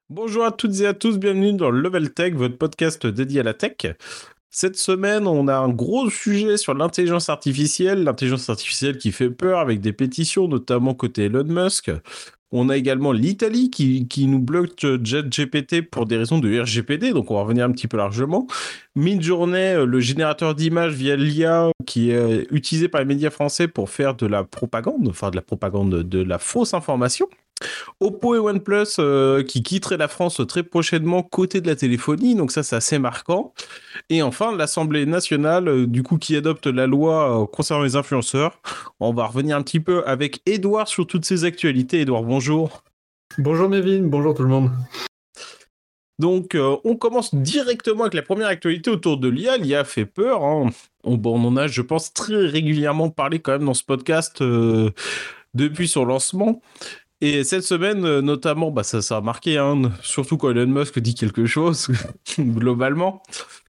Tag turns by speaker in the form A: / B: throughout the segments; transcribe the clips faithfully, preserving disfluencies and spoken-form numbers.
A: Bonjour à toutes et à tous, bienvenue dans Level Tech, votre podcast dédié à la tech. Cette semaine, on a un gros sujet sur l'intelligence artificielle, l'intelligence artificielle qui fait peur avec des pétitions, notamment côté Elon Musk. On a également l'Italie qui, qui nous bloque ChatGPT pour des raisons de R G P D, donc on va revenir un petit peu largement. Midjourney, le générateur d'images via l'I A qui est utilisé par les médias français pour faire de la propagande, enfin de la propagande, de la fausse information. Oppo et OnePlus euh, qui quitteraient la France très prochainement côté de la téléphonie, donc ça c'est assez marquant. Et enfin l'Assemblée nationale, euh, du coup qui adopte la loi euh, concernant les influenceurs. On va revenir un petit peu avec Edouard sur toutes ces actualités. Edouard, bonjour.
B: Bonjour Mévin, bonjour tout le monde.
A: Donc euh, on commence directement avec la première actualité autour de l'I A. L'I A fait peur, hein. On, bon, on en a, je pense, très régulièrement parlé quand même dans ce podcast euh, depuis son lancement. Et cette semaine, euh, notamment, bah, ça, ça a marqué, hein, surtout quand Elon Musk dit quelque chose, globalement.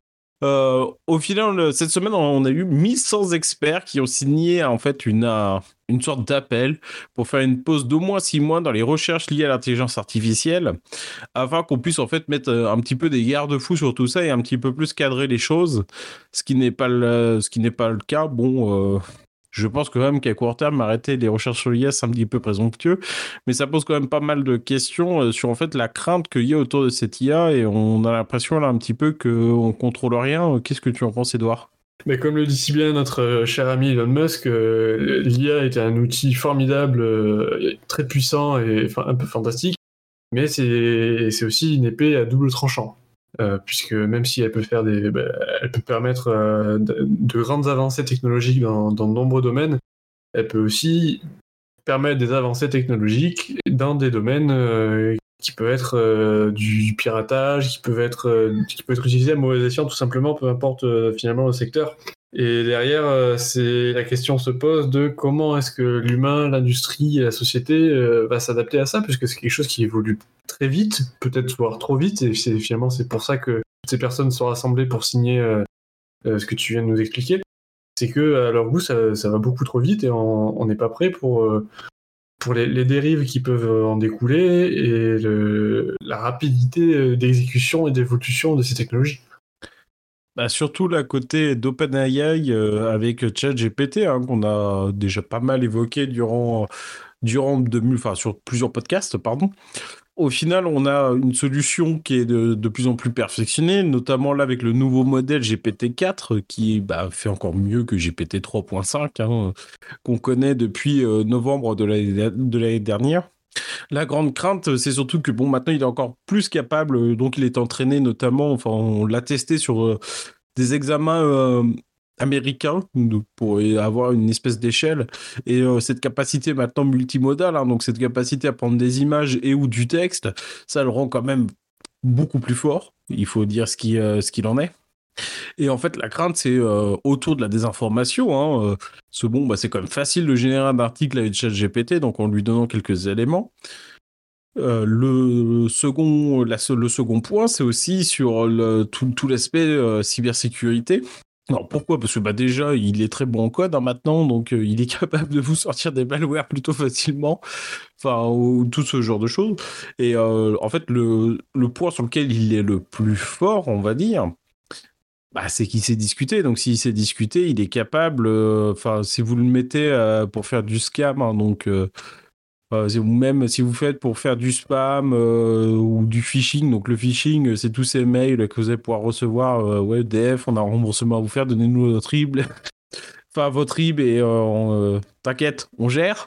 A: Euh, au final, cette semaine, on a eu mille cent experts qui ont signé en fait une, euh, une sorte d'appel pour faire une pause d'au moins six mois dans les recherches liées à l'intelligence artificielle, afin qu'on puisse en fait mettre un petit peu des garde-fous sur tout ça et un petit peu plus cadrer les choses, ce qui n'est pas le, ce qui n'est pas le cas. Bon. Euh, Je pense quand même qu'à court terme, arrêter les recherches sur l'I A, c'est un petit peu présomptueux, mais ça pose quand même pas mal de questions euh, sur en fait la crainte qu'il y a autour de cette I A et on a l'impression là un petit peu qu'on contrôle rien. Qu'est-ce que tu en penses, Edouard ?
B: Mais comme le dit si bien notre euh, cher ami Elon Musk, euh, l'I A est un outil formidable, euh, très puissant et enfin, un peu fantastique, mais c'est, c'est aussi une épée à double tranchant. Euh, puisque même si elle peut faire des, bah, elle peut permettre euh, de, de grandes avancées technologiques dans, dans de nombreux domaines, elle peut aussi permettre des avancées technologiques dans des domaines euh, qui peuvent être euh, du piratage, qui peuvent être, euh, qui peut être utilisé à mauvais escient tout simplement, peu importe euh, finalement le secteur. Et derrière, euh, c'est la question se pose de comment est-ce que l'humain, l'industrie et la société euh, va s'adapter à ça, puisque c'est quelque chose qui évolue très vite, peut-être voire trop vite, et c'est, finalement c'est pour ça que toutes ces personnes sont rassemblées pour signer euh, euh, ce que tu viens de nous expliquer. C'est que à leur goût, ça, ça va beaucoup trop vite et on n'est pas prêt pour, euh, pour les, les dérives qui peuvent en découler et le, la rapidité d'exécution et d'évolution de ces technologies.
A: Bah, surtout la côté d'OpenAI euh, avec ChatGPT, hein, qu'on a déjà pas mal évoqué durant, durant de, enfin, sur plusieurs podcasts, pardon. Au final, on a une solution qui est de, de plus en plus perfectionnée, notamment là avec le nouveau modèle G P T quatre qui bah, fait encore mieux que G P T trois point cinq, hein, qu'on connaît depuis euh, novembre de l'année, de l'année dernière. La grande crainte, c'est surtout que bon, maintenant il est encore plus capable, donc il est entraîné notamment, enfin on l'a testé sur euh, des examens euh, américains pour avoir une espèce d'échelle et euh, cette capacité maintenant multimodale, hein, donc cette capacité à prendre des images et ou du texte, ça le rend quand même beaucoup plus fort. Il faut dire ce qui euh, ce qu'il en est. Et en fait, la crainte, c'est euh, autour de la désinformation. Hein, euh, ce bon, bah, c'est quand même facile de générer un article avec ChatGPT, donc en lui donnant quelques éléments. Euh, le second, la, le second point, c'est aussi sur le, tout, tout l'aspect euh, cybersécurité. Alors pourquoi ? Parce que bah déjà, il est très bon en code hein, maintenant, donc euh, il est capable de vous sortir des malwares plutôt facilement, enfin, ou tout ce genre de choses. Et euh, en fait, le, le point sur lequel il est le plus fort, on va dire, bah, c'est qu'il sait discuter. Donc s'il sait discuter, il est capable, enfin, euh, si vous le mettez euh, pour faire du scam, hein, donc... Euh, euh, ou même si vous faites pour faire du spam euh, ou du phishing, donc le phishing, c'est tous ces mails que vous allez pouvoir recevoir. Euh, ouais, E D F, on a un remboursement à vous faire, donnez-nous notre I B. Enfin, votre I B et euh, on, euh, t'inquiète, on gère.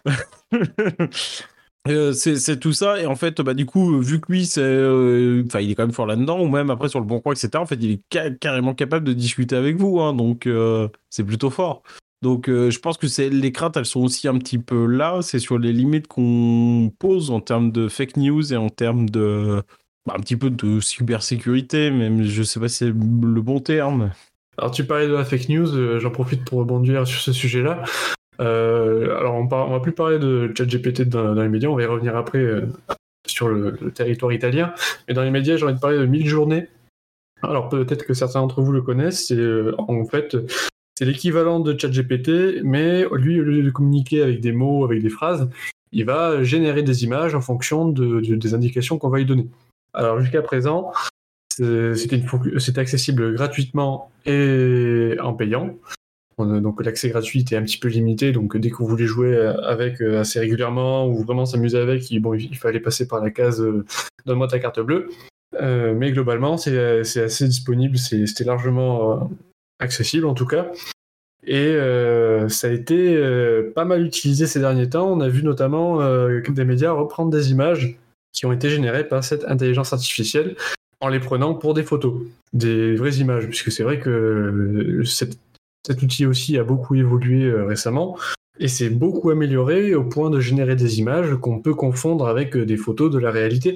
A: Euh, c'est, c'est tout ça et en fait bah du coup vu que lui c'est euh, enfin il est quand même fort là-dedans ou même après sur le bon coin etc en fait il est ca- carrément capable de discuter avec vous hein, donc euh, c'est plutôt fort donc euh, je pense que c'est les craintes elles sont aussi un petit peu là c'est sur les limites qu'on pose en termes de fake news et en termes de bah, un petit peu de cybersécurité même je sais pas si c'est le bon terme.
B: Alors tu parlais de la fake news, euh, j'en profite pour rebondir sur ce sujet-là. Euh, alors on, par- on va plus parler de ChatGPT dans, dans les médias, on va y revenir après euh, sur le, le territoire italien, mais dans les médias j'ai envie de parler de Midjourney. Alors peut-être que certains d'entre vous le connaissent, c'est euh, en fait c'est l'équivalent de ChatGPT, mais lui au lieu de communiquer avec des mots, avec des phrases, il va générer des images en fonction de, de- des indications qu'on va lui donner. Alors jusqu'à présent, c'était, une, c'était accessible gratuitement et en payant. On, donc l'accès gratuit était un petit peu limité, donc dès qu'on voulait jouer avec assez régulièrement ou vraiment s'amuser avec, il, bon, il fallait passer par la case euh, « donne-moi ta carte bleue ». Euh, mais globalement, c'est, c'est assez disponible, c'est, c'était largement euh, accessible en tout cas. Et euh, ça a été euh, pas mal utilisé ces derniers temps. On a vu notamment euh, des médias reprendre des images qui ont été générées par cette intelligence artificielle en les prenant pour des photos, des vraies images, puisque c'est vrai que cette, cet outil aussi a beaucoup évolué euh, récemment et s'est beaucoup amélioré au point de générer des images qu'on peut confondre avec des photos de la réalité.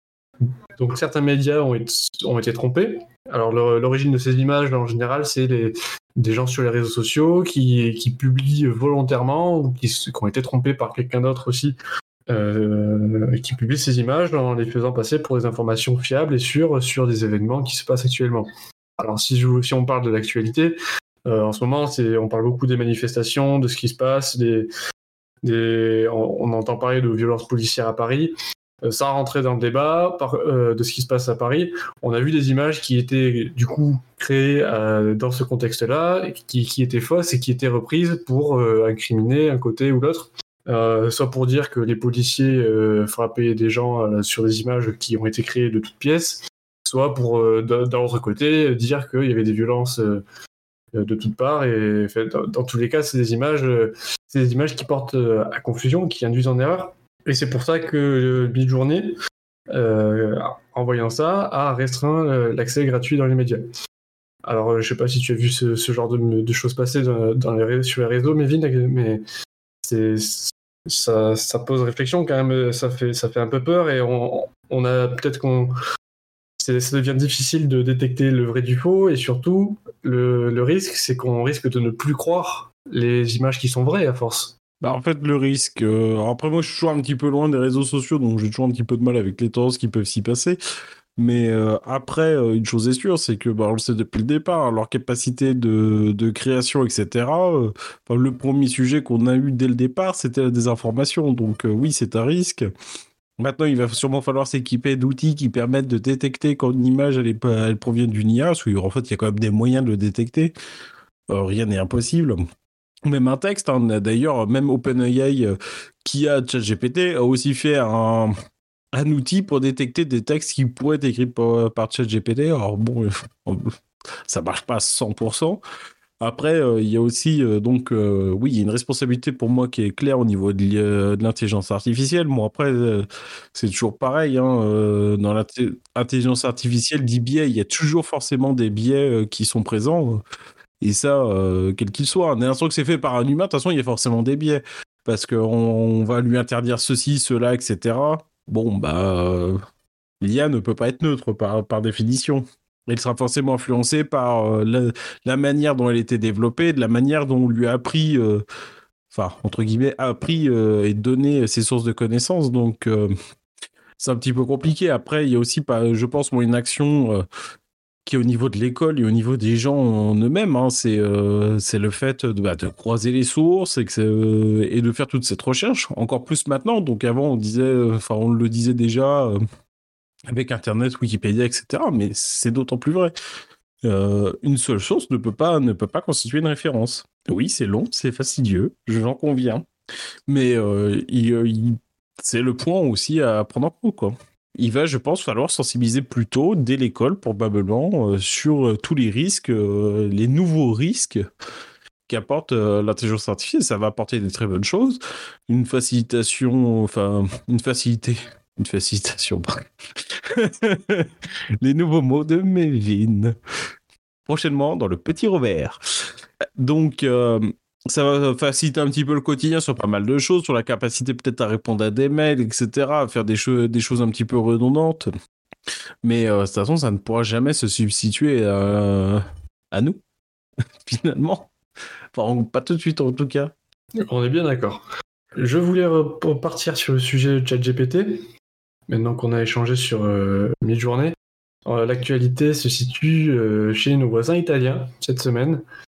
B: Donc certains médias ont été, ont été trompés. Alors l'origine de ces images, en général, c'est les, des gens sur les réseaux sociaux qui, qui publient volontairement ou qui, qui ont été trompés par quelqu'un d'autre aussi, euh, qui publient ces images en les faisant passer pour des informations fiables et sûres sur des événements qui se passent actuellement. Alors si, je, si on parle de l'actualité, euh, en ce moment, c'est, on parle beaucoup des manifestations, de ce qui se passe, des, des, on, on entend parler de violences policières à Paris. Sans rentrer dans le débat par, euh, de ce qui se passe à Paris, on a vu des images qui étaient du coup créées euh, dans ce contexte-là, qui, qui étaient fausses et qui étaient reprises pour euh, incriminer un côté ou l'autre, euh, soit pour dire que les policiers euh, frappaient des gens euh, sur des images qui ont été créées de toutes pièces, soit pour, euh, d'un autre côté, dire qu'il y avait des violences euh, de toutes parts. Et fait, dans, dans tous les cas, c'est des images, euh, c'est des images qui portent euh, à confusion, qui induisent en erreur. Et c'est pour ça que euh, Midjourney, euh, en voyant ça, a restreint euh, l'accès gratuit dans les médias. Alors, euh, je ne sais pas si tu as vu ce, ce genre de, de choses passer dans, dans les, sur les réseaux, Mévin, mais c'est, ça, ça pose réflexion quand même, ça fait, ça fait un peu peur et on, on a peut-être qu'on... C'est, ça devient difficile de détecter le vrai du faux et surtout, le, le risque, c'est qu'on risque de ne plus croire les images qui sont vraies à force.
A: Bah en fait, le risque... Euh, après, moi, je suis toujours un petit peu loin des réseaux sociaux, donc j'ai toujours un petit peu de mal avec les tendances qui peuvent s'y passer. Mais euh, après, euh, une chose est sûre, c'est que, bah, on le sait depuis le départ, hein, leur capacité de, de création, et cetera, euh, enfin, le premier sujet qu'on a eu dès le départ, c'était la désinformation. Donc euh, oui, c'est un risque. Maintenant, il va sûrement falloir s'équiper d'outils qui permettent de détecter quand une image, elle, est, pas- elle provient d'une I A, parce qu'en fait, il y a quand même des moyens de le détecter. Euh, rien n'est impossible. Même un texte, hein, d'ailleurs, même OpenAI euh, qui a ChatGPT a aussi fait un, un outil pour détecter des textes qui pourraient être écrits par, par ChatGPT. Alors bon, euh, ça marche pas à cent pour cent. Après, euh, il y a aussi, euh, donc, euh, oui, il y a une responsabilité pour moi qui est claire au niveau de, de l'intelligence artificielle. Bon, après, euh, c'est toujours pareil, hein, euh, dans l'intelligence artificielle, dit biais, il y a toujours forcément des biais euh, qui sont présents. Et ça, euh, quel qu'il soit. Dès l'instant que c'est fait par un humain, de toute façon, il y a forcément des biais. Parce qu'on on va lui interdire ceci, cela, et cetera. Bon, bah, euh, l'I A ne peut pas être neutre par, par définition. Elle sera forcément influencée par euh, la, la manière dont elle était développée, de la manière dont on lui a appris, euh, enfin, entre guillemets, appris euh, et donné ses sources de connaissances. Donc, euh, c'est un petit peu compliqué. Après, il y a aussi, pas, je pense, moi, une action... Euh, qui est au niveau de l'école et au niveau des gens en eux-mêmes, hein, c'est euh, c'est le fait de, bah, de croiser les sources et, que euh, et de faire toute cette recherche, encore plus maintenant. Donc avant, on disait, enfin, on le disait déjà euh, avec Internet, Wikipédia, et cetera. Mais c'est d'autant plus vrai. Euh, une seule source ne peut pas ne peut pas constituer une référence. Oui, c'est long, c'est fastidieux, j'en conviens. Mais euh, il, il, c'est le point aussi à prendre en compte, quoi. Il va, je pense, falloir sensibiliser plus tôt, dès l'école, probablement, euh, sur euh, tous les risques, euh, les nouveaux risques qu'apporte euh, l'intelligence artificielle. Ça va apporter des très bonnes choses. Une facilitation, enfin, une facilité, une facilitation, les nouveaux mots de Mévin. Prochainement, dans le Petit Robert. Donc... Euh, ça va faciliter un petit peu le quotidien sur pas mal de choses, sur la capacité peut-être à répondre à des mails, et cetera, à faire des, cho- des choses un petit peu redondantes. Mais euh, de toute façon, ça ne pourra jamais se substituer à, à nous, finalement. Enfin, pas tout de suite, en tout cas.
B: On est bien d'accord. Je voulais repartir sur le sujet de ChatGPT, maintenant qu'on a échangé sur euh, Midjourney. Euh, l'actualité se situe euh, chez nos voisins italiens cette semaine,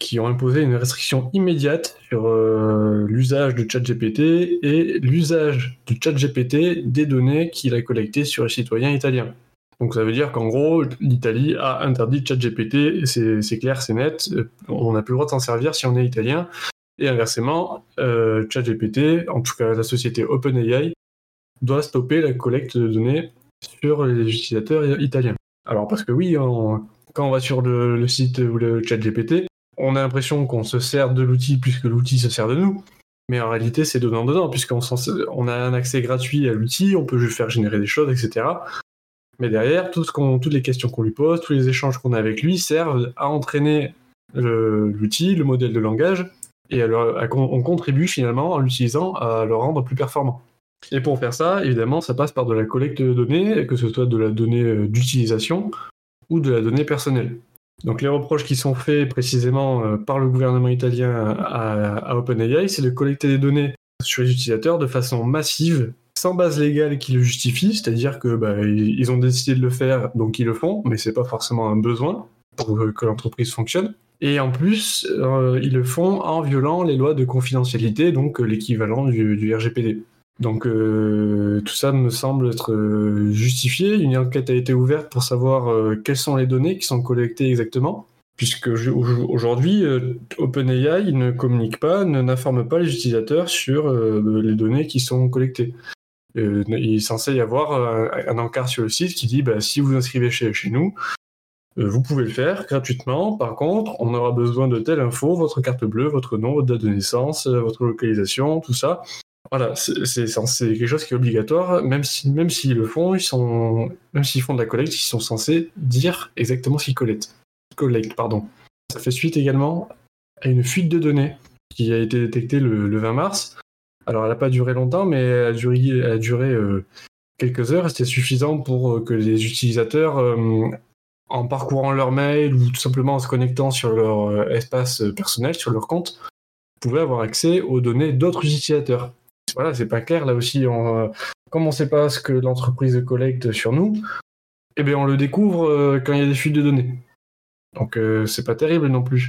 B: qui ont imposé une restriction immédiate sur euh, l'usage de ChatGPT et l'usage de ChatGPT des données qu'il a collectées sur les citoyens italiens. Donc ça veut dire qu'en gros, l'Italie a interdit ChatGPT, c'est, c'est clair, c'est net, on n'a plus le droit de s'en servir si on est italien. Et inversement, euh, ChatGPT, en tout cas la société OpenAI, doit stopper la collecte de données sur les utilisateurs italiens. Alors parce que oui, on, quand on va sur le, le site ou le ChatGPT, on a l'impression qu'on se sert de l'outil plus que l'outil se sert de nous. Mais en réalité, c'est donnant-donnant, puisqu'on on a un accès gratuit à l'outil, on peut lui faire générer des choses, et cetera. Mais derrière, tout ce qu'on, toutes les questions qu'on lui pose, tous les échanges qu'on a avec lui servent à entraîner le, l'outil, le modèle de langage, et à leur, à, on contribue finalement en l'utilisant à le rendre plus performant. Et pour faire ça, évidemment, ça passe par de la collecte de données, que ce soit de la donnée d'utilisation ou de la donnée personnelle. Donc les reproches qui sont faits précisément euh, par le gouvernement italien à, à OpenAI, c'est de collecter des données sur les utilisateurs de façon massive, sans base légale qui le justifie, c'est-à-dire que bah, ils ont décidé de le faire, donc ils le font, mais c'est pas forcément un besoin pour que l'entreprise fonctionne. Et en plus, euh, ils le font en violant les lois de confidentialité, donc euh, l'équivalent du, du R G P D. Donc euh, tout ça me semble être euh, justifié. Une enquête a été ouverte pour savoir euh, quelles sont les données qui sont collectées exactement, puisque je, aujourd'hui, euh, OpenAI ne communique pas, ne, n'informe pas les utilisateurs sur euh, les données qui sont collectées. Euh, il est censé y avoir un, un encart sur le site qui dit bah, si vous inscrivez chez, chez nous, euh, vous pouvez le faire gratuitement. Par contre, on aura besoin de telle info, votre carte bleue, votre nom, votre date de naissance, votre localisation, tout ça. Voilà, c'est, c'est, c'est quelque chose qui est obligatoire, même si, même s'ils le font, ils sont, même s'ils font de la collecte, ils sont censés dire exactement ce qu'ils collectent. Collecte, pardon. Ça fait suite également à une fuite de données qui a été détectée le, le vingt mars. Alors, elle n'a pas duré longtemps, mais elle a duré, elle a duré euh, quelques heures. C'était suffisant pour euh, que les utilisateurs, euh, en parcourant leur mail ou tout simplement en se connectant sur leur euh, espace personnel, sur leur compte, pouvaient avoir accès aux données d'autres utilisateurs. Voilà, c'est pas clair là aussi. On, euh, comme on ne sait pas ce que l'entreprise collecte sur nous, eh bien on le découvre euh, quand il y a des fuites de données. Donc euh, c'est pas terrible non plus.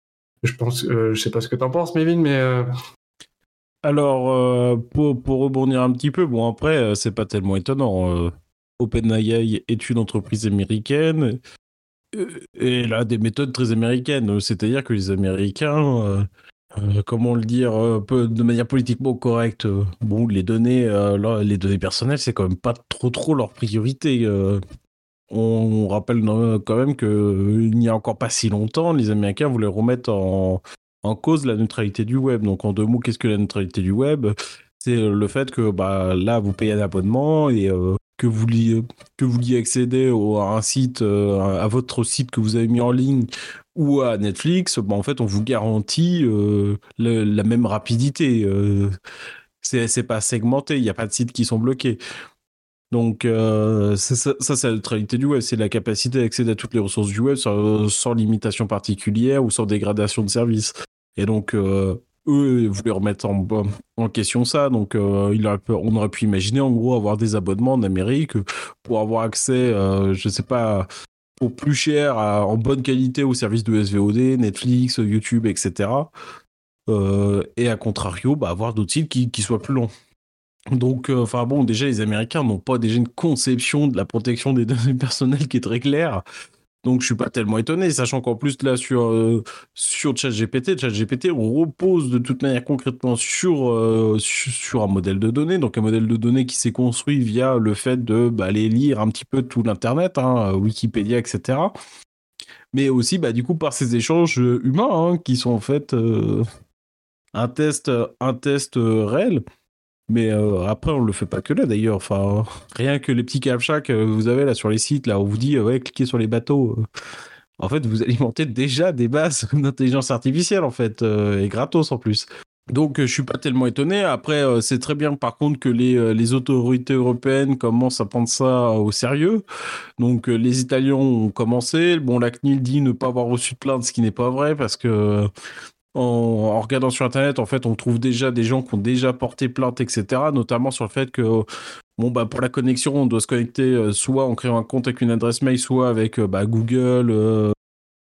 B: Je pense, euh, je sais pas ce que t'en penses, Mévin, mais euh...
A: alors euh, pour pour rebondir un petit peu, bon après euh, c'est pas tellement étonnant. Euh, OpenAI est une entreprise américaine euh, et elle a des méthodes très américaines. C'est-à-dire que les Américains euh, Euh, comment le dire euh, peu, de manière politiquement correcte, euh, bon, les données, euh, là, les données personnelles, c'est quand même pas trop trop leur priorité. euh. on, on rappelle euh, quand même que euh, il n'y a encore pas si longtemps, les Américains voulaient remettre en, en cause la neutralité du web. Donc en deux mots, qu'est-ce que la neutralité du web? C'est euh, le fait que bah là, vous payez un abonnement et euh, que vous vouliez que vous vouliez accéder au, à un site, euh, à votre site que vous avez mis en ligne ou à Netflix, bah, en fait, on vous garantit euh, le, la même rapidité. Euh, c'est, c'est pas segmenté, il n'y a pas de sites qui sont bloqués. Donc, euh, c'est, ça, ça, c'est la neutralité du web, c'est la capacité d'accéder à toutes les ressources du web sans, sans limitation particulière ou sans dégradation de service. Et donc, euh, eux, ils voulaient remettre en, en question ça. Donc, euh, il aurait pu, on aurait pu imaginer, en gros, avoir des abonnements en Amérique pour avoir accès, euh, je sais pas, pour plus cher, à, en bonne qualité aux services de S V O D, Netflix, YouTube, et cetera. Euh, et à contrario, bah, avoir d'autres sites qui, qui soient plus longs. Donc, enfin euh, bon, déjà, les Américains n'ont pas déjà une conception de la protection des données personnelles qui est très claire. Donc, je suis pas tellement étonné, sachant qu'en plus, là, sur, euh, sur ChatGPT, ChatGPT, on repose de toute manière concrètement sur, euh, sur, sur un modèle de données. Donc, un modèle de données qui s'est construit via le fait de bah, aller lire un petit peu tout l'Internet, hein, Wikipédia, et cetera. Mais aussi, bah, du coup, par ces échanges humains, hein, qui sont en fait euh, un test, un test euh, réel. Mais euh, après, on le fait pas que là, d'ailleurs. Enfin, rien que les petits captcha que vous avez là sur les sites, là, on vous dit, euh, ouais, cliquez sur les bateaux. En fait, vous alimentez déjà des bases d'intelligence artificielle, en fait, euh, et gratos en plus. Donc, euh, je suis pas tellement étonné. Après, euh, c'est très bien, par contre, que les, euh, les autorités européennes commencent à prendre ça au sérieux. Donc, euh, les Italiens ont commencé. Bon, la C N I L dit ne pas avoir reçu de plainte, ce qui n'est pas vrai, parce que en, en regardant sur Internet, en fait, on trouve déjà des gens qui ont déjà porté plainte, et cetera. Notamment sur le fait que, bon, bah, pour la connexion, on doit se connecter euh, soit en créant un compte avec une adresse mail, soit avec euh, bah, Google, euh,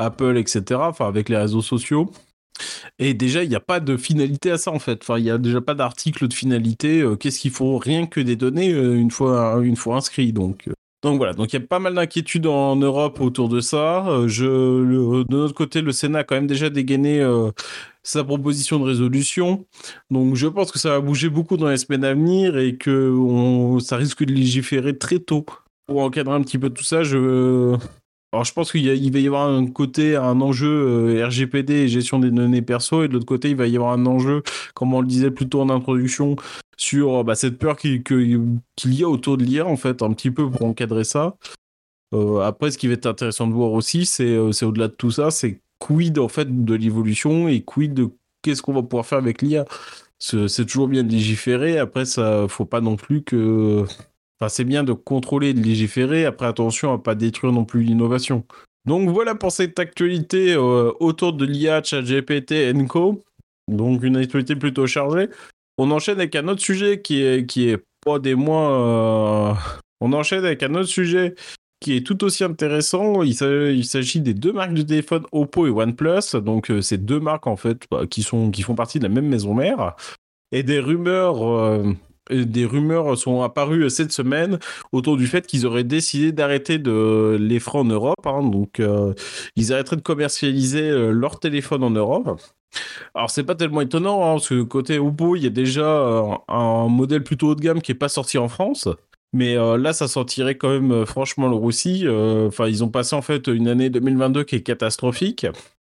A: Apple, et cetera. Enfin, avec les réseaux sociaux. Et déjà, il n'y a pas de finalité à ça, en fait. Enfin, il n'y a déjà pas d'article de finalité. Euh, qu'est-ce qu'il faut? Rien que des données euh, une fois, une fois inscrits. Donc, euh, donc voilà. Donc il y a pas mal d'inquiétudes en Europe autour de ça. Euh, je, le, de notre côté, le Sénat a quand même déjà dégainé euh, sa proposition de résolution. Donc je pense que ça va bouger beaucoup dans les semaines à venir et que on, ça risque de légiférer très tôt. Pour encadrer un petit peu tout ça, je, alors, je pense qu'il y a- il va y avoir un côté, un enjeu euh, R G P D et gestion des données perso, et de l'autre côté, il va y avoir un enjeu, comme on le disait plus tôt en introduction, sur bah, cette peur qu'il que- qu'il y a autour de l'I A, en fait, un petit peu pour encadrer ça. Euh, après, ce qui va être intéressant de voir aussi, c'est euh, c'est au-delà de tout ça, c'est quid, en fait, de l'évolution et quid de qu'est-ce qu'on va pouvoir faire avec l'I A. C'est c'est toujours bien de légiférer, après, ça, faut pas non plus que... Enfin, c'est bien de contrôler et de légiférer. Après, attention à pas détruire non plus l'innovation. Donc voilà pour cette actualité euh, autour de l'I A, ChatGPT et Co. Donc une actualité plutôt chargée. On enchaîne avec un autre sujet qui est, qui est pas des moins... euh, On enchaîne avec un autre sujet qui est tout aussi intéressant. Il s'a- il s'agit des deux marques de téléphone Oppo et OnePlus. Donc euh, ces deux marques en fait bah, qui, sont, qui font partie de la même maison mère. Et des rumeurs, euh, des rumeurs sont apparues cette semaine autour du fait qu'ils auraient décidé d'arrêter de les francs en Europe. Hein, donc, euh, ils arrêteraient de commercialiser euh, leur téléphone en Europe. Alors, c'est pas tellement étonnant, hein, parce que côté Oppo, il y a déjà euh, un modèle plutôt haut de gamme qui est pas sorti en France. Mais euh, là, ça sentirait quand même euh, franchement le roussi. Euh, Enfin, ils ont passé en fait une année deux mille vingt-deux qui est catastrophique.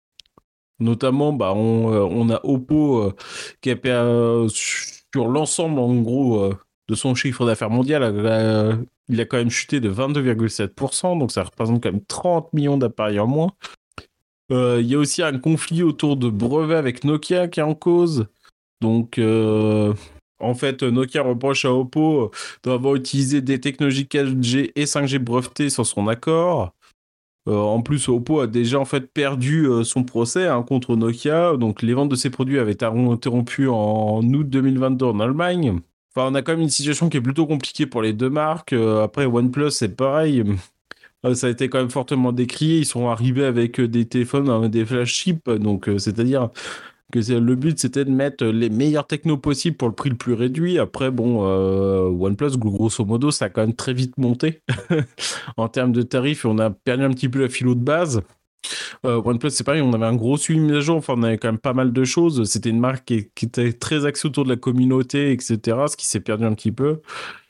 A: Notamment, bah, on, euh, on a Oppo euh, qui a per- euh, sur l'ensemble, en gros, euh, de son chiffre d'affaires mondial, euh, il a quand même chuté de vingt-deux virgule sept pour cent, donc ça représente quand même trente millions d'appareils en moins. Euh, Il y a aussi un conflit autour de brevets avec Nokia qui est en cause. Donc, euh, en fait, Nokia reproche à Oppo euh, d'avoir utilisé des technologies quatre G et cinq G brevetées sans son accord. Euh, en plus, Oppo a déjà en fait perdu euh, son procès hein, contre Nokia. Donc, les ventes de ses produits avaient été interrompues en août deux mille vingt-deux en Allemagne. Enfin, on a quand même une situation qui est plutôt compliquée pour les deux marques. Euh, après, OnePlus, c'est pareil. Euh, ça a été quand même fortement décrié. Ils sont arrivés avec euh, des téléphones, hein, des flash chips. Donc, euh, c'est-à-dire que c'est- le but, c'était de mettre les meilleurs technos possibles pour le prix le plus réduit. Après, bon, euh, OnePlus, grosso modo, ça a quand même très vite monté en termes de tarifs. On a perdu un petit peu la philo de base. Euh, OnePlus, c'est pareil, on avait un gros suivi mise à jour, enfin, on avait quand même pas mal de choses. C'était une marque qui, qui était très axée autour de la communauté, et cetera, ce qui s'est perdu un petit peu.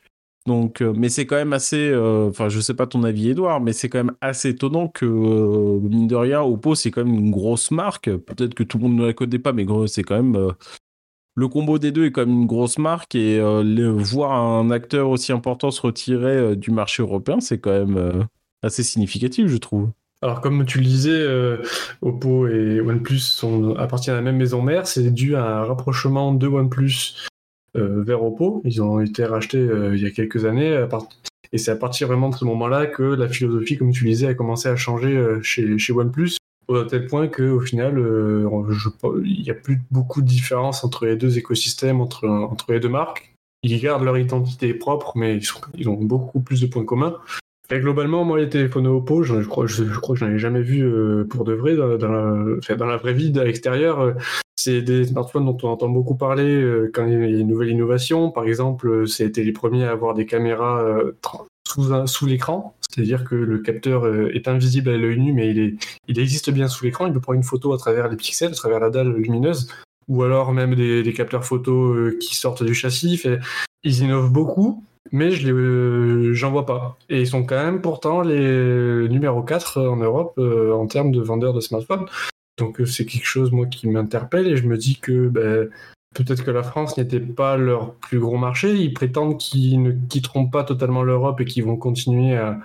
A: Donc, euh, mais c'est quand même assez, euh, enfin, je sais pas ton avis, Edouard, mais c'est quand même assez étonnant que, euh, mine de rien, Oppo, c'est quand même une grosse marque. Peut-être que tout le monde ne la connaît pas, mais gros, c'est quand même, euh, le combo des deux est quand même une grosse marque et euh, le- voir un acteur aussi important se retirer euh, du marché européen, c'est quand même euh, assez significatif, je trouve.
B: Alors, comme tu le disais, euh, Oppo et OnePlus sont, appartiennent à la même maison mère. C'est dû à un rapprochement de OnePlus euh, vers Oppo. Ils ont été rachetés euh, il y a quelques années. À part... Et c'est à partir vraiment de ce moment-là que la philosophie, comme tu le disais, a commencé à changer euh, chez, chez OnePlus, au tel point qu'au final, euh, je... il n'y a plus beaucoup de différence entre les deux écosystèmes, entre, entre les deux marques. Ils gardent leur identité propre, mais ils, sont... ils ont beaucoup plus de points communs. Et globalement, moi, les téléphones Oppo, je, je, crois, je, je crois que j'en ai jamais vu euh, pour de vrai dans, dans, la, enfin, dans la vraie vie, à l'extérieur. Euh, c'est des smartphones dont on entend beaucoup parler euh, quand il y a une nouvelle innovation. Par exemple, c'était les premiers à avoir des caméras euh, sous, un, sous l'écran, c'est-à-dire que le capteur euh, est invisible à l'œil nu, mais il, est, il existe bien sous l'écran. Il peut prendre une photo à travers les pixels, à travers la dalle lumineuse, ou alors même des, des capteurs photo euh, qui sortent du châssis. Fait, ils innovent beaucoup. Mais je les, euh, j'en vois pas. Et ils sont quand même pourtant les numéro quatre en Europe euh, en termes de vendeurs de smartphones. Donc euh, c'est quelque chose moi qui m'interpelle et je me dis que ben, peut-être que la France n'était pas leur plus gros marché. Ils prétendent qu'ils ne quitteront pas totalement l'Europe et qu'ils vont continuer à,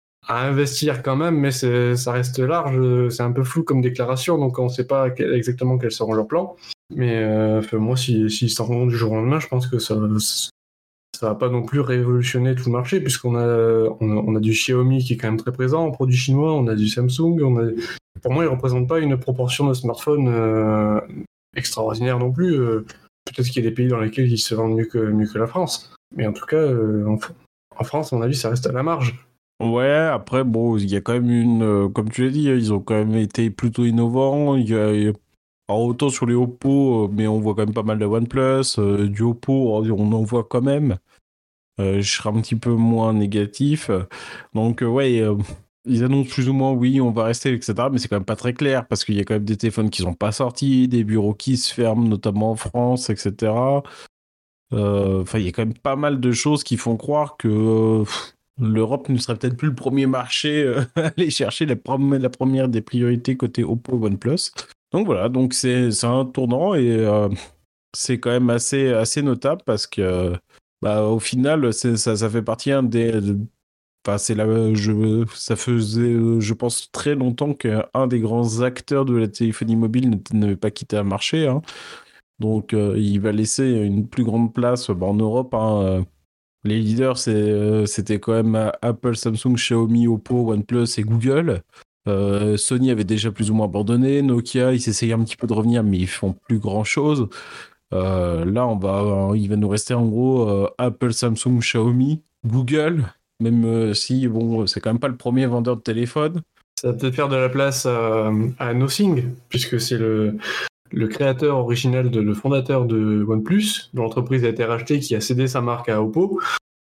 B: à investir quand même, mais c'est, ça reste large. C'est un peu flou comme déclaration, donc on ne sait pas quel, exactement quels seront leurs plans. Mais euh, moi, s'ils si, si s'en vont du jour au lendemain, je pense que ça... ça va pas non plus révolutionner tout le marché, puisqu'on a, on a, on a du Xiaomi qui est quand même très présent en produits chinois, on a du Samsung, on a... pour moi, ils ne représentent pas une proportion de smartphones euh, extraordinaire non plus. Euh, peut-être qu'il y a des pays dans lesquels ils se vendent mieux que, mieux que la France. Mais en tout cas, euh, en, en France, à mon avis, ça reste à la marge.
A: Ouais, après, bon, il y a quand même une. Euh, comme tu l'as dit, ils ont quand même été plutôt innovants. Il y a, il y a- alors, autant sur les Oppo, euh, mais on voit quand même pas mal de OnePlus. Euh, du Oppo, on en voit quand même. Euh, je serai un petit peu moins négatif. Donc, euh, ouais, euh, ils annoncent plus ou moins, oui, on va rester, et cetera. Mais c'est quand même pas très clair parce qu'il y a quand même des téléphones qui sont pas sortis, des bureaux qui se ferment, notamment en France, et cetera. Euh, Enfin, il y a quand même pas mal de choses qui font croire que euh, pff, l'Europe ne serait peut-être plus le premier marché euh, à aller chercher la, prom- la première des priorités côté Oppo OnePlus. Donc voilà, donc c'est c'est un tournant et euh, c'est quand même assez, assez notable parce que bah, au final, c'est- ça, ça fait partie un des. Enfin, c'est là, je, ça faisait, euh, je pense, très longtemps qu'un des grands acteurs de la téléphonie mobile n'était- n'avait pas quitté un marché, hein. Donc, euh, il va laisser une plus grande place bah, en Europe, hein. Euh, Les leaders, c'est, euh, c'était quand même euh, Apple, Samsung, Xiaomi, Oppo, OnePlus et Google. Euh, Sony avait déjà plus ou moins abandonné. Nokia, ils essayaient un petit peu de revenir, mais ils font plus grand-chose. Euh, là, on va, il va nous rester en gros euh, Apple, Samsung, Xiaomi, Google, même euh, si bon, c'est quand même pas le premier vendeur de téléphone.
B: Ça va peut-être faire de la place à, à Nothing, puisque c'est le, le créateur original, de, le fondateur de OnePlus, dont l'entreprise a été rachetée, qui a cédé sa marque à Oppo,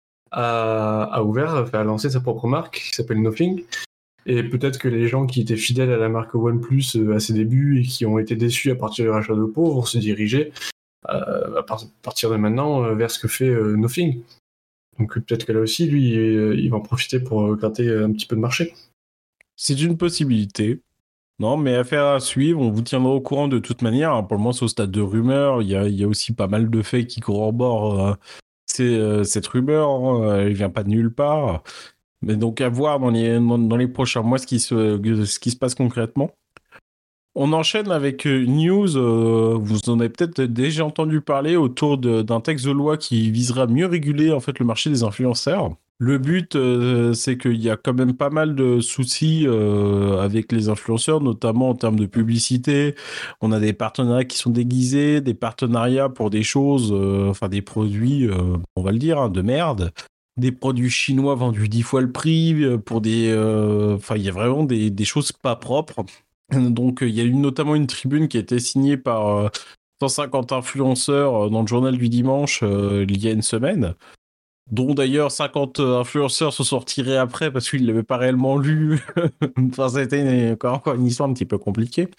B: a, a ouvert, a lancé sa propre marque qui s'appelle Nothing. Et peut-être que les gens qui étaient fidèles à la marque OnePlus euh, à ses débuts et qui ont été déçus à partir du rachat d'Oppo vont se diriger euh, à par- partir de maintenant euh, vers ce que fait euh, Nothing. Donc euh, peut-être que là aussi, lui, euh, il va en profiter pour euh, gratter un petit peu de marché.
A: C'est une possibilité. Non, mais affaire à suivre, on vous tiendra au courant de toute manière, hein. Pour le moment, c'est au stade de rumeur. Il y a, il y a aussi pas mal de faits qui corroborent euh, c'est, euh, cette rumeur, hein. Elle vient pas de nulle part. Mais donc à voir dans les, dans, dans les prochains mois ce qui se, ce qui se passe concrètement. On enchaîne avec une news, euh, vous en avez peut-être déjà entendu parler, autour de- d'un texte de loi qui visera à mieux réguler en fait le marché des influenceurs. Le but, euh, c'est qu'il y a quand même pas mal de soucis euh, avec les influenceurs, notamment en termes de publicité. On a des partenariats qui sont déguisés, des partenariats pour des choses, euh, enfin des produits, euh, on va le dire, hein, de merde. Des produits chinois vendus dix fois le prix, euh, pour des... euh, Enfin, il y a vraiment des, des choses pas propres. Donc, euh, il y a eu notamment une tribune qui a été signée par euh, cent cinquante influenceurs euh, dans le journal du dimanche euh, il y a une semaine, dont d'ailleurs cinquante influenceurs se sont retirés après parce qu'ils ne l'avaient pas réellement lu. Enfin, ça a été une- encore, encore une histoire un petit peu compliquée.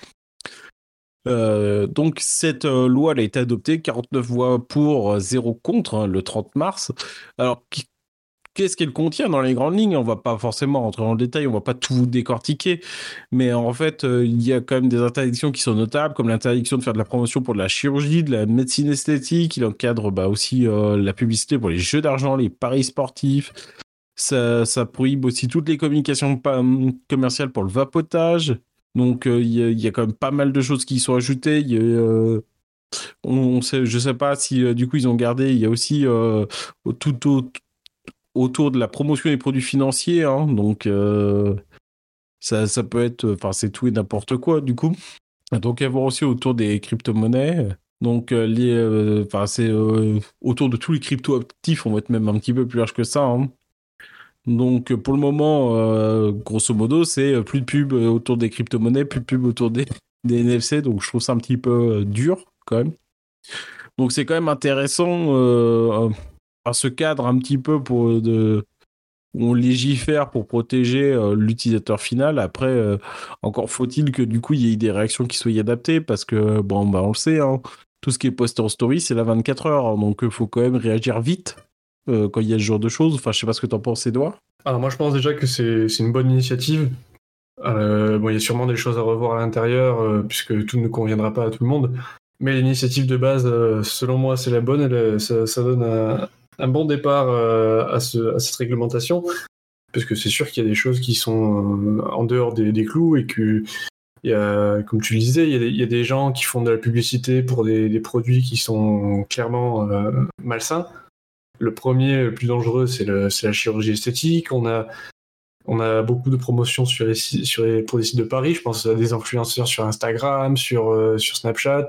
A: Euh, donc, cette euh, loi elle a été adoptée, quarante-neuf voix pour, euh, zéro contre, hein, le trente mars. Alors, qui- qu'est-ce qu'elle contient dans les grandes lignes? On va pas forcément rentrer dans le détail, on va pas tout décortiquer, mais en fait, euh, il y a quand même des interdictions qui sont notables, comme l'interdiction de faire de la promotion pour de la chirurgie, de la médecine esthétique. Il encadre bah, aussi euh, la publicité pour les jeux d'argent, les paris sportifs. Ça, ça prohibe aussi toutes les communications pa- commerciales pour le vapotage. Donc, euh, il y, a- il y a quand même pas mal de choses qui sont ajoutées. Il y a, euh, on, on sait, je sais pas si euh, du coup ils ont gardé. Il y a aussi euh, tout, au- autour de la promotion des produits financiers, hein. Donc, euh, ça, ça peut être, enfin, c'est tout et n'importe quoi, du coup. Donc, il y a voir aussi autour des crypto-monnaies. Donc, euh, les, euh, enfin, c'est euh, autour de tous les crypto-actifs, on va être même un petit peu plus large que ça, hein. Donc, pour le moment, euh, grosso modo, c'est euh, plus de pub euh, autour des crypto-monnaies, plus de pub autour des, des N F C. Donc, je trouve ça un petit peu euh, dur, quand même. Donc, c'est quand même intéressant euh, à ce cadre un petit peu pour de on légifère pour protéger euh, l'utilisateur final. Après, euh, encore faut-il que du coup il y ait des réactions qui soient adaptées parce que bon bah on le sait, hein, tout ce qui est posté en story c'est la vingt-quatre heures, hein, donc il faut quand même réagir vite euh, quand il y a ce genre de choses. Enfin, je sais pas ce que t'en penses, Edouard.
B: Alors moi je pense déjà que c'est c'est une bonne initiative. Euh, bon, il y a sûrement des choses à revoir à l'intérieur, euh, puisque tout ne conviendra pas à tout le monde. Mais l'initiative de base, euh, selon moi, c'est la bonne. Elle, euh, ça, ça donne un, un bon départ euh, à, ce, à cette réglementation, parce que c'est sûr qu'il y a des choses qui sont euh, en dehors des, des clous et que, il y a, comme tu le disais, il y, a des, il y a des gens qui font de la publicité pour des, des produits qui sont clairement euh, malsains. Le premier, le plus dangereux, c'est le- c'est la chirurgie esthétique. On a on a beaucoup de promotions sur les, sur les, pour les sites de paris. Je pense à des influenceurs sur Instagram, sur, euh, sur Snapchat.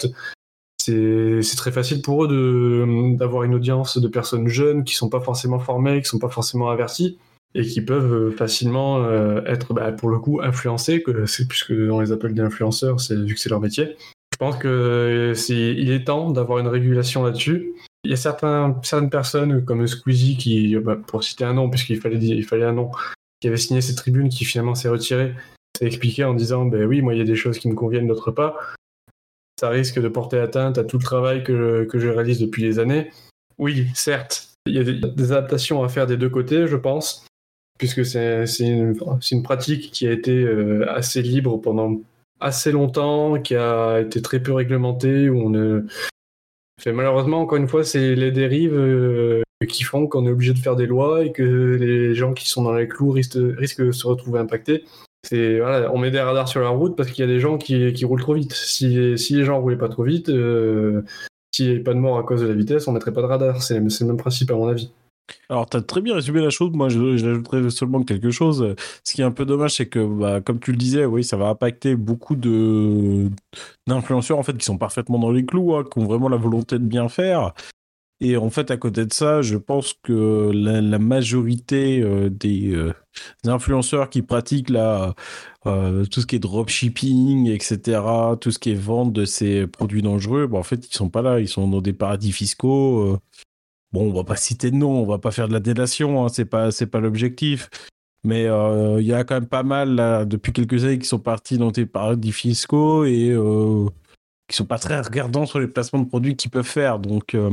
B: C'est, c'est très facile pour eux de, d'avoir une audience de personnes jeunes qui sont pas forcément formées, qui sont pas forcément averties. et qui peuvent facilement euh, être, bah, pour le coup, influencés, que c'est puisque on les appelle des influenceurs, c'est vu que c'est leur métier. Je pense que c'est, il est temps d'avoir une régulation là-dessus. Il y a certains, certaines personnes comme Squeezie qui, bah, pour citer un nom, puisqu'il fallait, il fallait un nom, qui avait signé cette tribune, qui finalement s'est retiré, s'est expliqué en disant, ben oui, moi il y a des choses qui me conviennent, d'autres pas. Ça risque de porter atteinte à tout le travail que, que je réalise depuis des années. Oui, certes, il y a des, des adaptations à faire des deux côtés, je pense, puisque c'est, c'est, une, c'est une pratique qui a été euh, assez libre pendant assez longtemps, qui a été très peu réglementée, où on ne... Fait, malheureusement, encore une fois, c'est les dérives euh, qui font qu'on est obligé de faire des lois et que les gens qui sont dans les clous risquent, risquent de se retrouver impactés. C'est, voilà, on met des radars sur la route parce qu'il y a des gens qui, qui roulent trop vite. Si, si les gens roulaient pas trop vite, euh, s'il n'y avait pas de mort à cause de la vitesse, on mettrait pas de radar. C'est, c'est le même principe à mon avis.
A: Alors, tu as très bien résumé la chose. Moi, je- j'ajouterais seulement quelque chose. Ce qui est un peu dommage, c'est que, bah, comme tu le disais, oui, ça va impacter beaucoup de d'influenceurs en fait qui sont parfaitement dans les clous, hein, qui ont vraiment la volonté de bien faire. Et en fait, à côté de ça, je pense que la, la majorité euh, des, euh, des influenceurs qui pratiquent là, euh, tout ce qui est dropshipping, et cetera, tout ce qui est vente de ces produits dangereux, bah, en fait, ils sont pas là. Ils sont dans des paradis fiscaux. euh, Bon, on va pas citer de nom, on va pas faire de la délation, hein, c'est pas, c'est pas l'objectif. Mais euh, il y a quand même pas mal, là, depuis quelques années, qui sont partis dans des paradis fiscaux et euh, qui sont pas très regardants sur les placements de produits qu'ils peuvent faire. Donc, euh,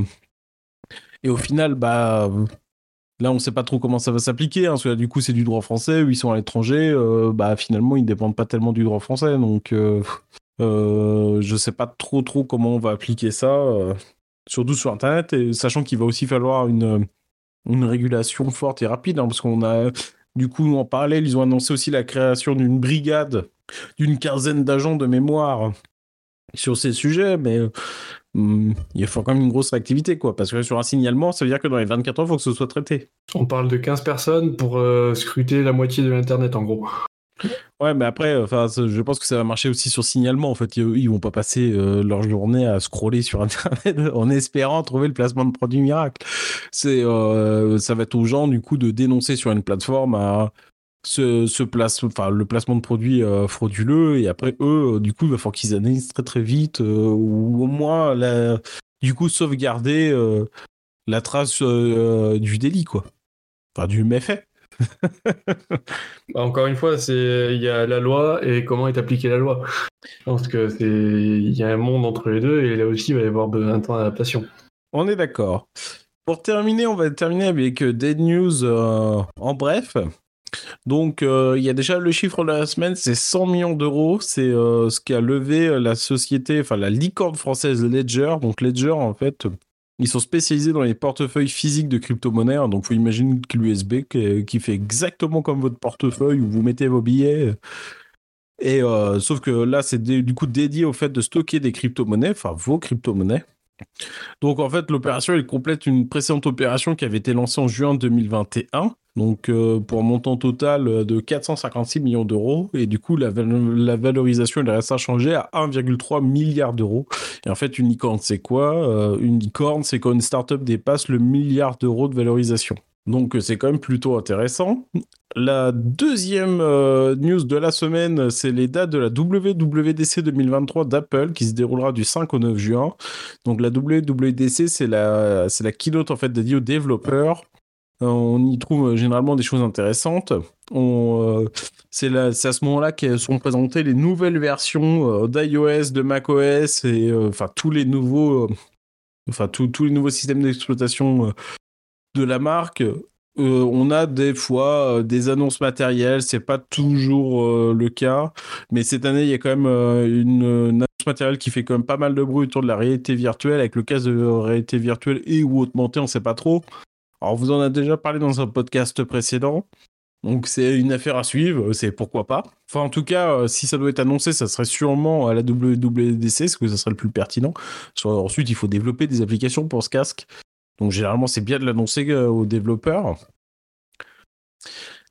A: et au final, bah, là, on sait pas trop comment ça va s'appliquer, hein, parce que là, du coup, c'est du droit français, eux, ils sont à l'étranger, euh, bah, finalement, ils dépendent pas tellement du droit français. Donc, euh, euh, je sais pas trop, trop comment on va appliquer ça, euh, surtout sur Internet, et sachant qu'il va aussi falloir une une régulation forte et rapide, hein, parce qu'on a, du coup, en parallèle, ils ont annoncé aussi la création d'une brigade d'une quinzaine d'agents de mémoire sur ces sujets, mais hum, il faut quand même une grosse activité, quoi, parce que sur un signalement, ça veut dire que dans les vingt-quatre heures, il faut que ce soit traité.
B: On parle de quinze personnes pour euh, scruter la moitié de l'Internet, en gros.
A: Ouais, mais après, enfin, je pense que ça va marcher aussi sur signalement. En fait, ils, ils vont pas passer euh, leur journée à scroller sur Internet en espérant trouver le placement de produit miracle. C'est, euh, ça va être aux gens du coup de dénoncer sur une plateforme à ce, ce place, enfin le placement de produits euh, frauduleux. Et après eux, euh, du coup, il va falloir qu'ils analysent très très vite euh, ou au moins la, du coup sauvegarder euh, la trace euh, du délit, quoi. Enfin du méfait.
B: Bah, encore une fois, c'est il y a la loi et comment est appliquée la loi. Je pense que c'est il y a un monde entre les deux et là aussi il va y avoir besoin de temps d'adaptation.
A: On est d'accord. Pour terminer, on va terminer avec euh, des news euh, en bref. Donc, euh, il y a déjà le chiffre de la semaine, c'est cent millions d'euros. C'est euh, ce qu'a levé euh, la société, enfin la licorne française Ledger. Donc, Ledger, en fait, ils sont spécialisés dans les portefeuilles physiques de crypto-monnaies. Donc, il faut imaginer une clé U S B qui, qui fait exactement comme votre portefeuille où vous mettez vos billets. Et euh, sauf que là, c'est dé- du coup dédié au fait de stocker des crypto-monnaies, enfin vos crypto-monnaies. Donc en fait, l'opération, elle complète une précédente opération qui avait été lancée en juin deux mille vingt et un, donc euh, pour un montant total euh, de quatre cent cinquante-six millions d'euros. Et du coup, la, val- la valorisation, elle reste inchangée à un virgule trois milliard d'euros. Et en fait, une licorne, c'est quoi Euh, Une licorne, c'est quand une startup dépasse le milliard d'euros de valorisation. Donc euh, c'est quand même plutôt intéressant. La deuxième euh, news de la semaine, c'est les dates de la W W D C deux mille vingt-trois d'Apple qui se déroulera du cinq au neuf juin. Donc la W W D C, c'est la, c'est la keynote en fait dédiée aux développeurs. Euh, on y trouve euh, généralement des choses intéressantes. On, euh, c'est, là, c'est à ce moment-là qu'elles sont présentées les nouvelles versions euh, d'iOS, de macOS et euh, enfin tous les nouveaux, euh, enfin tous tous les nouveaux systèmes d'exploitation euh, de la marque. Euh, on a des fois euh, des annonces matérielles, c'est pas toujours euh, le cas, mais cette année il y a quand même euh, une, une annonce matérielle qui fait quand même pas mal de bruit autour de la réalité virtuelle, avec le cas de réalité virtuelle et ou augmentée, on sait pas trop. Alors on vous en a déjà parlé dans un podcast précédent, donc c'est une affaire à suivre, c'est pourquoi pas. Enfin en tout cas, euh, si ça doit être annoncé, ça serait sûrement à la W W D C, parce que ça serait le plus pertinent. Soit, ensuite il faut développer des applications pour ce casque. Donc généralement, c'est bien de l'annoncer euh, aux développeurs.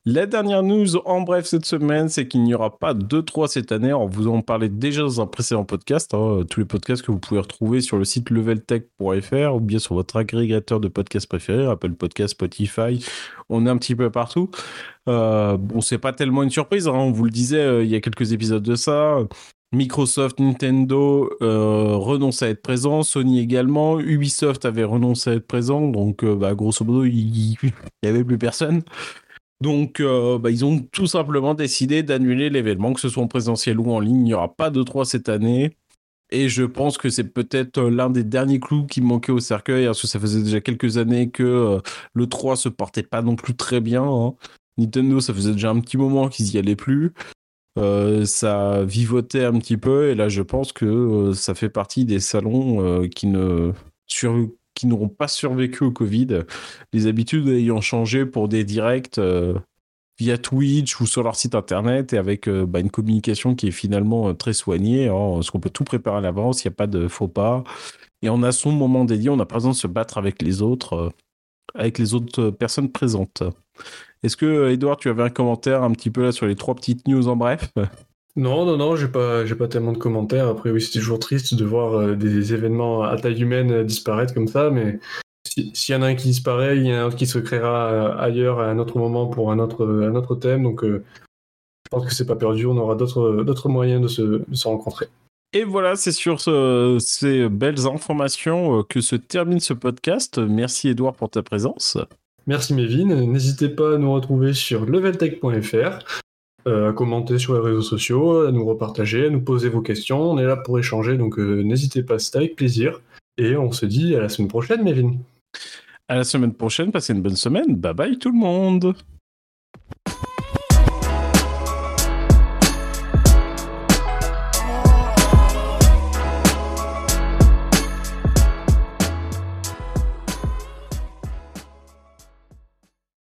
A: La dernière news, en bref, cette semaine, c'est qu'il n'y aura pas d'E trois cette année. Alors, vous en parlez déjà dans un précédent podcast, hein, tous les podcasts que vous pouvez retrouver sur le site leveltech point f r ou bien sur votre agrégateur de podcasts préféré, Apple Podcast, Spotify, on est un petit peu partout. Euh, bon, c'est pas tellement une surprise, hein, on vous le disait euh, il y a quelques épisodes de ça. Microsoft, Nintendo euh, renoncent à être présents, Sony également, Ubisoft avait renoncé à être présent, donc euh, bah, grosso modo, il n'y avait plus personne. Donc, euh, bah, ils ont tout simplement décidé d'annuler l'événement, que ce soit en présentiel ou en ligne. Il n'y aura pas d'E trois cette année. Et je pense que c'est peut-être l'un des derniers clous qui manquait au cercueil, parce que ça faisait déjà quelques années que euh, l'E trois se portait pas non plus très bien. Hein. Nintendo, ça faisait déjà un petit moment qu'ils y allaient plus. Euh, ça vivotait un petit peu, et là, je pense que euh, ça fait partie des salons euh, qui ne sur qui n'auront pas survécu au Covid, les habitudes ayant changé pour des directs euh, via Twitch ou sur leur site internet et avec euh, bah, une communication qui est finalement euh, très soignée, hein, parce qu'on peut tout préparer à l'avance, il n'y a pas de faux pas, et on a son moment dédié, on n'a pas besoin de se battre avec les autres, euh, avec les autres euh, personnes présentes. Est-ce que, euh, Edouard, tu avais un commentaire un petit peu là sur les trois petites news en bref ?
B: Non, non, non, j'ai pas, j'ai pas tellement de commentaires. Après, oui, c'était toujours triste de voir euh, des événements à taille humaine euh, disparaître comme ça, mais si- s'il y en a un qui disparaît, il y en a un autre qui se créera euh, ailleurs à un autre moment pour un autre, un autre thème. Donc, euh, je pense que c'est pas perdu. On aura d'autres, d'autres moyens de se, de se rencontrer.
A: Et voilà, c'est sur ce- ces belles informations euh, que se termine ce podcast. Merci, Edouard, pour ta présence.
B: Merci Mévin. N'hésitez pas à nous retrouver sur leveltech point f r, euh, à commenter sur les réseaux sociaux, à nous repartager, à nous poser vos questions. On est là pour échanger, donc euh, n'hésitez pas, c'est avec plaisir. Et on se dit à la semaine prochaine, Mévin.
A: À la semaine prochaine, passez une bonne semaine. Bye bye tout le monde.